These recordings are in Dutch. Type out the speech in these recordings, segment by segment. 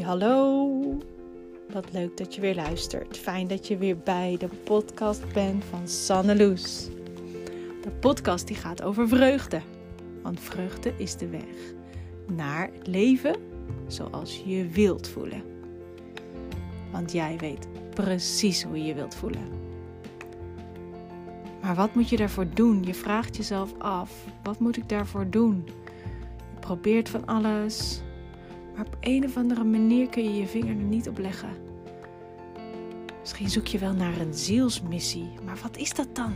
Hallo, wat leuk dat je weer luistert. Fijn dat je weer bij de podcast bent van Sanne Loes. De podcast die gaat over vreugde. Want vreugde is de weg naar het leven zoals je je wilt voelen. Want jij weet precies hoe je je wilt voelen. Maar wat moet je daarvoor doen? Je vraagt jezelf af, wat moet ik daarvoor doen? Je probeert van alles, maar op een of andere manier kun je je vinger er niet op leggen. Misschien zoek je wel naar een zielsmissie, maar wat is dat dan?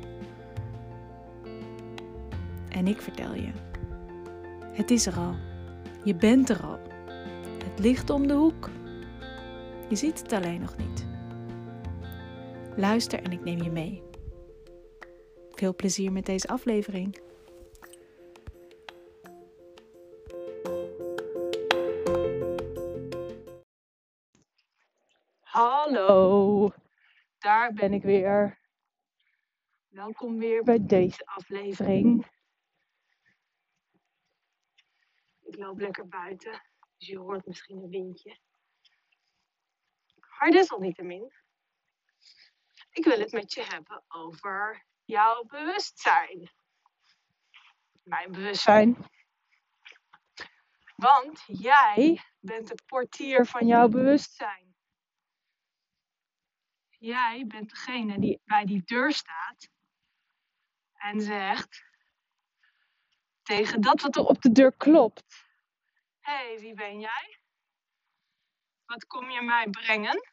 En ik vertel je, het is er al. Je bent er al. Het ligt om de hoek. Je ziet het alleen nog niet. Luister en ik neem je mee. Veel plezier met deze aflevering. Hallo, daar ben ik weer. Welkom weer bij deze aflevering. Ik loop lekker buiten, dus je hoort misschien een windje. Maar desalniettemin, ik wil het met je hebben over jouw bewustzijn. Mijn bewustzijn. Want jij bent de portier van jouw bewustzijn. Jij bent degene die bij die deur staat en zegt tegen dat wat er op de deur klopt. Hé, wie ben jij? Wat kom je mij brengen?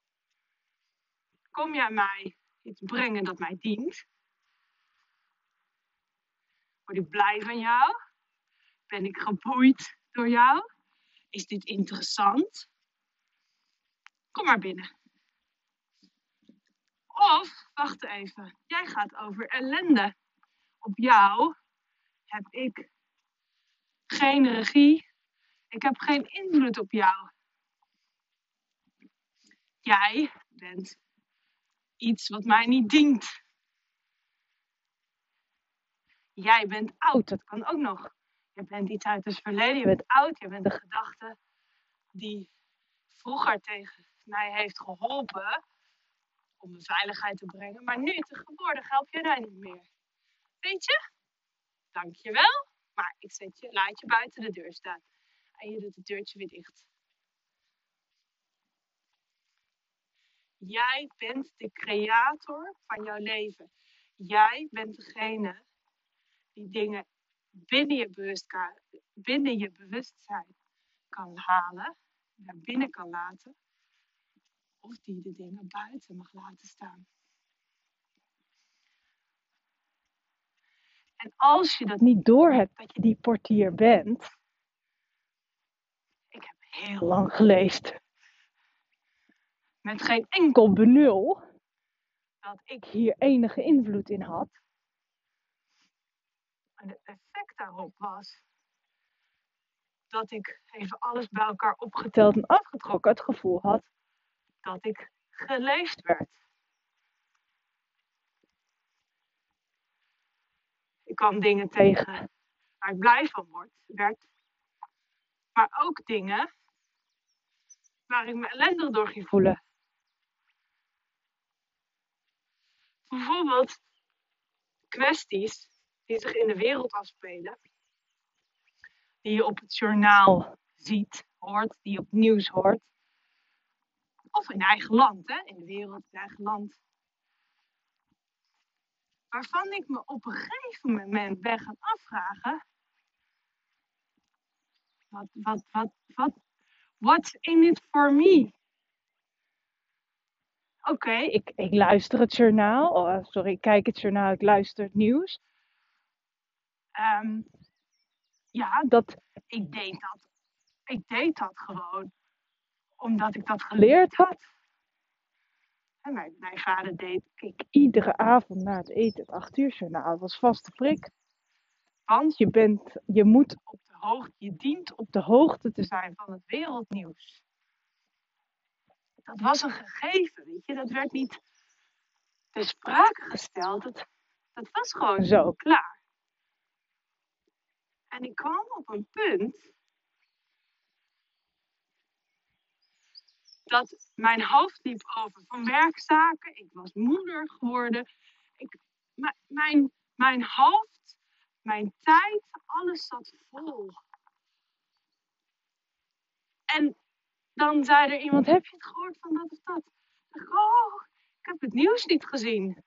Kom jij mij iets brengen dat mij dient? Word ik blij van jou? Ben ik geboeid door jou? Is dit interessant? Kom maar binnen. Of, wacht even, jij gaat over ellende. Op jou heb ik geen regie. Ik heb geen invloed op jou. Jij bent iets wat mij niet dient. Jij bent oud, dat kan ook nog. Je bent iets uit het verleden, je bent oud. Je bent een gedachte die vroeger tegen mij heeft geholpen om me veiligheid te brengen. Maar nu tegenwoordig help je mij niet meer. Weet je? Dankjewel. Maar ik laat je buiten de deur staan. En je doet het deurtje weer dicht. Jij bent de creator van jouw leven. Jij bent degene die dingen binnen je bewustzijn kan halen. Naar binnen kan laten. Of die de dingen buiten mag laten staan. En als je dat niet doorhebt dat je die portier bent. Ik heb heel lang geleefd. Met geen enkel benul dat ik hier enige invloed in had. En het effect daarop was dat ik even alles bij elkaar opgeteld en afgetrokken het gevoel had dat ik geleefd werd. Ik kwam dingen tegen waar ik blij van werd. Maar ook dingen waar ik me ellendig door ging voelen. Bijvoorbeeld kwesties die zich in de wereld afspelen. Die je op het journaal ziet, hoort, die je op nieuws hoort. Of in eigen land, hè? In de wereld, in eigen land. Waarvan ik me op een gegeven moment ben gaan afvragen. What's in it for me? Oké, ik luister het journaal. Ik kijk het journaal, ik luister het nieuws. Ik deed dat gewoon omdat ik dat geleerd had. En mijn vader deed ik iedere avond na het eten het 8 uur journaal. Dat was vaste prik. Want je dient op de hoogte te zijn van het wereldnieuws. Dat was een gegeven, weet je. Dat werd niet ter sprake gesteld. Dat was gewoon zo, klaar. En ik kwam op een punt dat mijn hoofd liep over van werkzaken. Ik was moeder geworden. Mijn hoofd, mijn tijd, alles zat vol. En dan zei er iemand, heb je het gehoord van dat of dat? Ik dacht, oh, ik heb het nieuws niet gezien.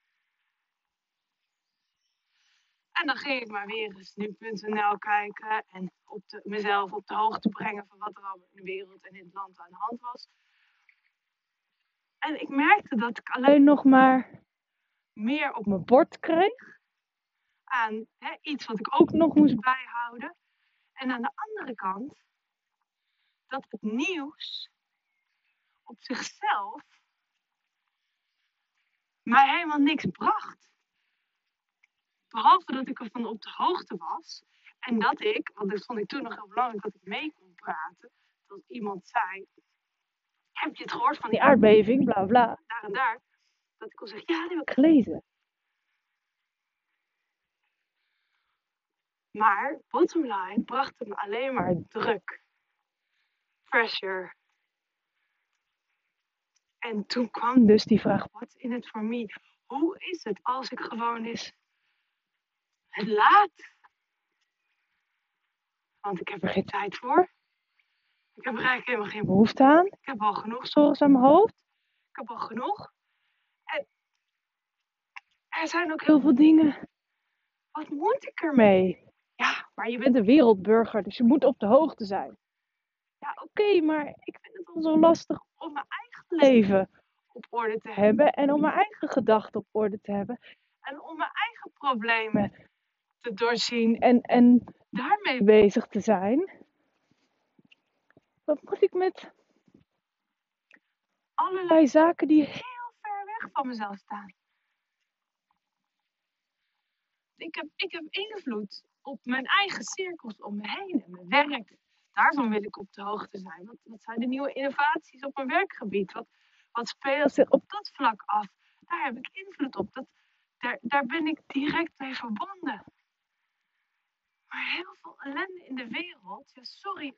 En dan ging ik maar weer eens nu.nl kijken en mezelf op de hoogte brengen van wat er allemaal in de wereld en in het land aan de hand was. En ik merkte dat ik alleen nog maar meer op mijn bord kreeg aan iets wat ik ook nog moest bijhouden. En aan de andere kant, dat het nieuws op zichzelf mij helemaal niks bracht. Behalve dat ik ervan op de hoogte was. En dat ik, want dat vond ik toen nog heel belangrijk, dat ik mee kon praten. Dat iemand zei, heb je het gehoord van die aardbeving? Bla bla, daar en daar. Dat ik kon zeggen, ja, dat heb ik gelezen. Maar, bottom line, bracht het me alleen maar druk. Pressure. En toen kwam dus die vraag, what's in it for me? Hoe is het als ik gewoon eens het laat? Want ik heb er geen tijd voor. Ik heb er eigenlijk helemaal geen behoefte aan. Ik heb al genoeg zorgen aan mijn hoofd. Ik heb al genoeg. En er zijn ook heel veel dingen. Wat moet ik ermee? Ja, maar je bent een wereldburger, dus je moet op de hoogte zijn. Ja, oké, maar ik vind het al zo lastig om mijn eigen leven op orde te hebben. En om mijn eigen gedachten op orde te hebben. En om mijn eigen problemen te doorzien en daarmee bezig te zijn. Wat moet ik met allerlei zaken die heel ver weg van mezelf staan? Ik heb invloed op mijn eigen cirkels om me heen en mijn werk. Daarvan wil ik op de hoogte zijn. Wat zijn de nieuwe innovaties op mijn werkgebied? Wat speelt zich op dat vlak af? Daar heb ik invloed op. Daar ben ik direct mee verbonden. Maar heel veel ellende in de wereld. Ja, sorry.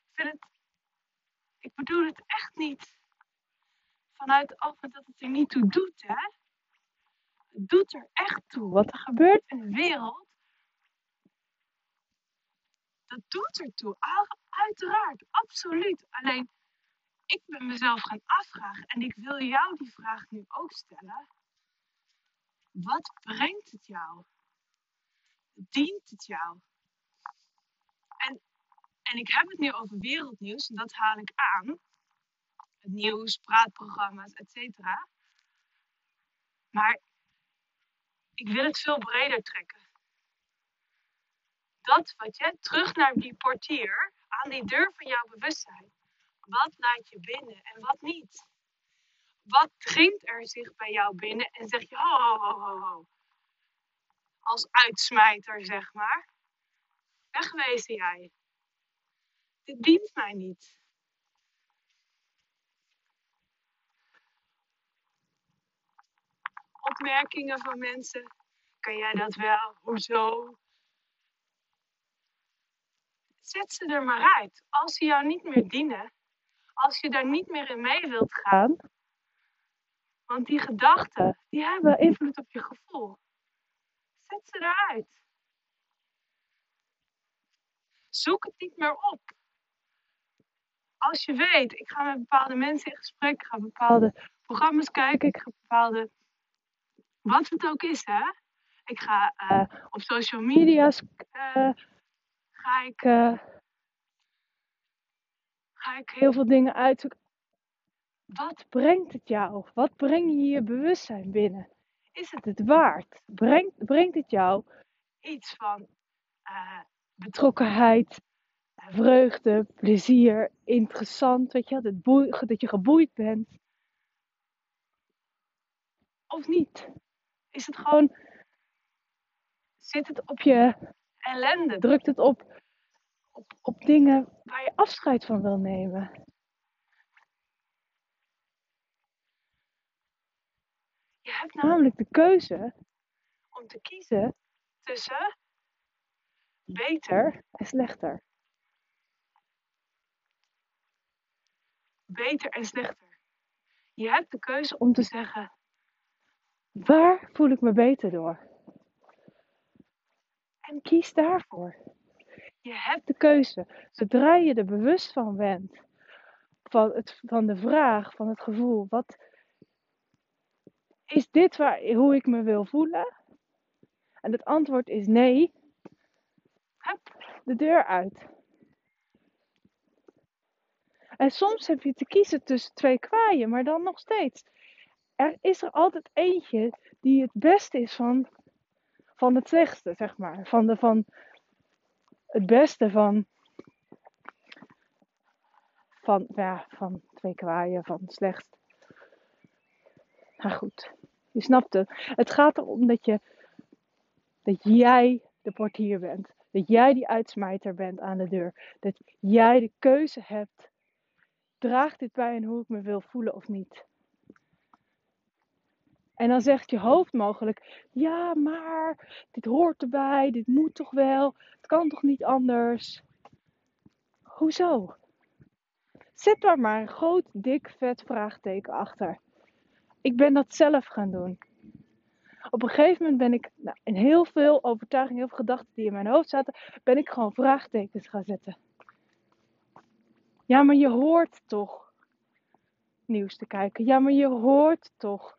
Ik bedoel het echt niet vanuit het ogen dat het er niet toe doet, hè? Het doet er echt toe. Wat er gebeurt in de wereld, dat doet er toe. Uiteraard, absoluut. Alleen, ik ben mezelf gaan afvragen en ik wil jou die vraag nu ook stellen. Wat brengt het jou? Dient het jou? En ik heb het nu over wereldnieuws en dat haal ik aan. Het nieuws, praatprogramma's, etc. Maar ik wil het veel breder trekken. Dat wat je terug naar die portier, aan die deur van jouw bewustzijn. Wat laat je binnen en wat niet? Wat dringt er zich bij jou binnen en zeg je ho, ho, ho, ho, ho. Als uitsmijter, zeg maar. Wegwezen jij. Dit dient mij niet. Opmerkingen van mensen. Kan jij dat wel? Hoezo? Zet ze er maar uit. Als ze jou niet meer dienen. Als je daar niet meer in mee wilt gaan. Want die gedachten, die hebben invloed op je gevoel. Zet ze eruit. Zoek het niet meer op. Als je weet, ik ga met bepaalde mensen in gesprek, ik ga bepaalde programma's kijken, ik ga bepaalde, wat het ook is, hè. Ik ga op social media's, ga ik heel veel dingen uitzoeken. Wat brengt het jou? Wat breng je je bewustzijn binnen? Is het waard? Brengt het jou iets van betrokkenheid, vreugde, plezier, interessant, weet je, dat je geboeid bent? Of niet? Is het gewoon, zit het op je ellende? Drukt het op dingen waar je afscheid van wil nemen? Je hebt namelijk de keuze om te kiezen tussen beter en slechter. beter en slechter. Je hebt de keuze om te zeggen, waar voel ik me beter door? En kies daarvoor. Je hebt de keuze. Zodra je er bewust van bent, van de vraag, van het gevoel, wat is dit hoe ik me wil voelen? En het antwoord is nee. Hup, de deur uit. En soms heb je te kiezen tussen twee kwaaien, maar dan nog steeds. Is er altijd eentje die het beste is van het slechtste, zeg maar. Van het beste van twee kwaaien, van het slechtste. Nou goed, je snapt het. Het gaat erom dat jij de portier bent. Dat jij die uitsmijter bent aan de deur. Dat jij de keuze hebt. Draagt dit bij aan hoe ik me wil voelen of niet? En dan zegt je hoofd mogelijk, ja maar, dit hoort erbij, dit moet toch wel, het kan toch niet anders? Hoezo? Zet daar maar een groot, dik, vet vraagteken achter. Ik ben dat zelf gaan doen. Op een gegeven moment ben ik, in heel veel overtuigingen, heel veel gedachten die in mijn hoofd zaten, ben ik gewoon vraagtekens gaan zetten. Ja, maar je hoort toch nieuws te kijken. Ja, maar je hoort toch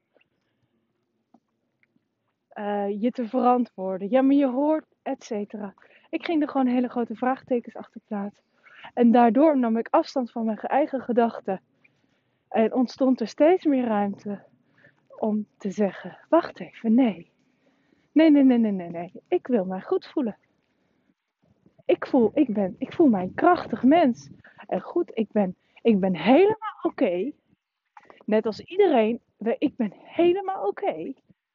je te verantwoorden. Ja, maar je hoort, et cetera. Ik ging er gewoon hele grote vraagtekens achter plaatsen. En daardoor nam ik afstand van mijn eigen gedachten. En ontstond er steeds meer ruimte om te zeggen, wacht even, nee. Nee. Ik wil mij goed voelen. Ik voel mij een krachtig mens. En goed, ik ben helemaal oké. Net als iedereen, ik ben helemaal oké.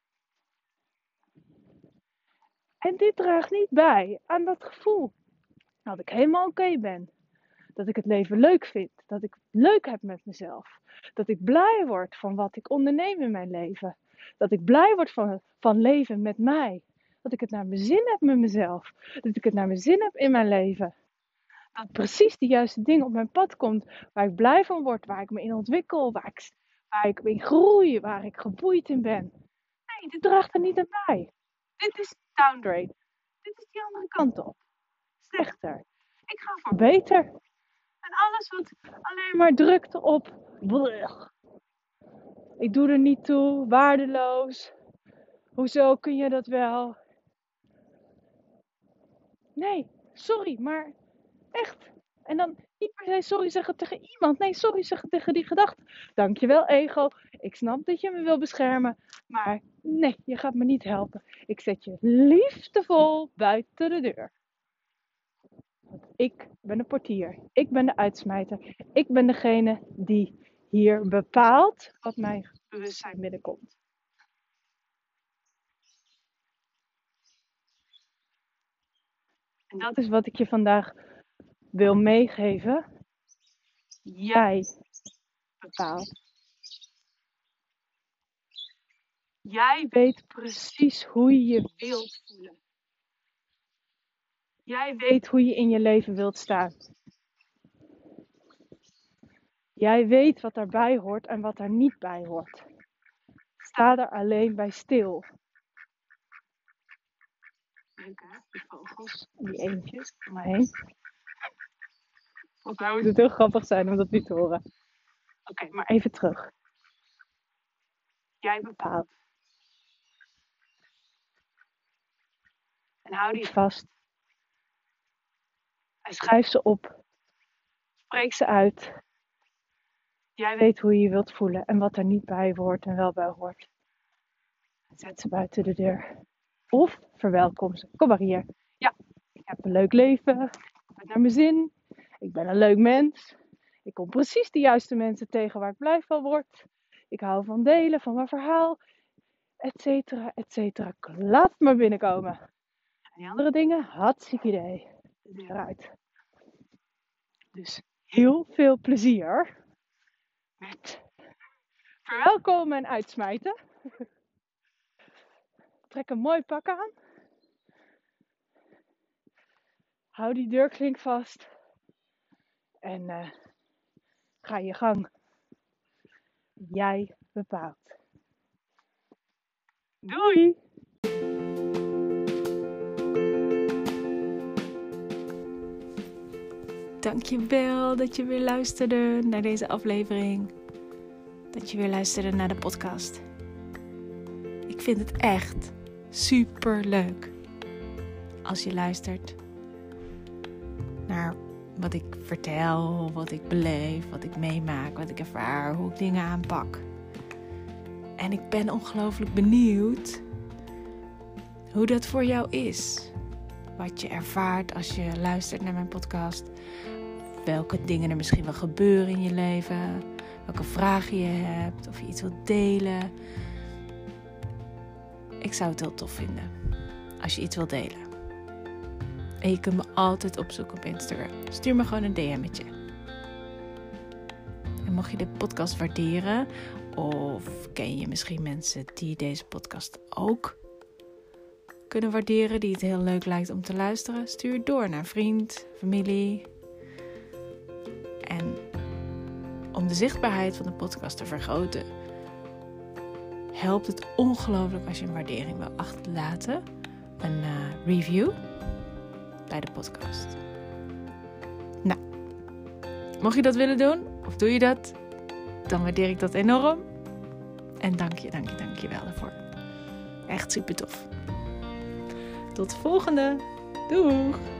En dit draagt niet bij aan dat gevoel dat ik helemaal oké ben. Dat ik het leven leuk vind. Dat ik het leuk heb met mezelf. Dat ik blij word van wat ik onderneem in mijn leven. Dat ik blij word van leven met mij. Dat ik het naar mijn zin heb met mezelf. Dat ik het naar mijn zin heb in mijn leven. Dat precies de juiste ding op mijn pad komt. Waar ik blij van word. Waar ik me in ontwikkel. Waar ik in groei. Waar ik geboeid in ben. Nee, dit draagt er niet aan bij. Dit is downgrade. Dit is die andere kant op. Slechter. Ik ga voor beter. En alles wat alleen maar drukt op. Blech. Ik doe er niet toe. Waardeloos. Hoezo kun je dat wel? Nee, sorry, maar echt. En dan niet per se sorry zeggen tegen iemand. Nee, sorry zeggen tegen die gedachte. Dankjewel, ego. Ik snap dat je me wil beschermen. Maar nee, je gaat me niet helpen. Ik zet je liefdevol buiten de deur. Want ik ben de portier. Ik ben de uitsmijter. Ik ben degene die hier bepaalt wat mijn bewustzijn binnenkomt. En dat is wat ik je vandaag wil meegeven. Jij bepaalt. Jij weet precies hoe je je wilt voelen. Jij weet hoe je in je leven wilt staan. Jij weet wat daarbij hoort en wat er niet bij hoort. Sta er alleen bij stil. Leuk hè, die vogels en die eendjes om me heen. Volgens mij moet het heel grappig zijn om dat niet te horen. Oké, maar even terug. Jij bepaalt. En hou die vast. En schrijf ze op. Spreek ze uit. Jij weet hoe je je wilt voelen en wat er niet bij hoort en wel bij hoort. Zet ze buiten de deur. Of verwelkom ze. Kom maar hier. Ja, ik heb een leuk leven. Ik ben naar mijn zin. Ik ben een leuk mens. Ik kom precies de juiste mensen tegen waar ik blij van word. Ik hou van delen van mijn verhaal. Etcetera, etcetera. Laat maar binnenkomen. En die andere dingen, hartstikke idee. De deur uit. Dus heel veel plezier met verwelkomen en uitsmijten. Trek een mooi pak aan. Hou die deurklink vast. En ga je gang. jij bepaalt. Doei! Dankjewel dat je weer luisterde naar deze aflevering. Dat je weer luisterde naar de podcast. Ik vind het echt super leuk als je luistert naar wat ik vertel, wat ik beleef, wat ik meemaak, wat ik ervaar, hoe ik dingen aanpak. En ik ben ongelooflijk benieuwd hoe dat voor jou is. Wat je ervaart als je luistert naar mijn podcast. Welke dingen er misschien wel gebeuren in je leven. Welke vragen je hebt. Of je iets wilt delen. Ik zou het heel tof vinden als je iets wilt delen. En je kunt me altijd opzoeken op Instagram. Stuur me gewoon een DM'tje. En mocht je de podcast waarderen, of ken je misschien mensen die deze podcast ook kunnen waarderen, die het heel leuk lijkt om te luisteren, stuur het door naar vriend, familie. En om de zichtbaarheid van de podcast te vergroten, helpt het ongelooflijk als je een waardering wil achterlaten. Een review bij de podcast. Nou, mocht je dat willen doen, of doe je dat, dan waardeer ik dat enorm. En dank je wel daarvoor. Echt super tof. Tot de volgende. Doeg!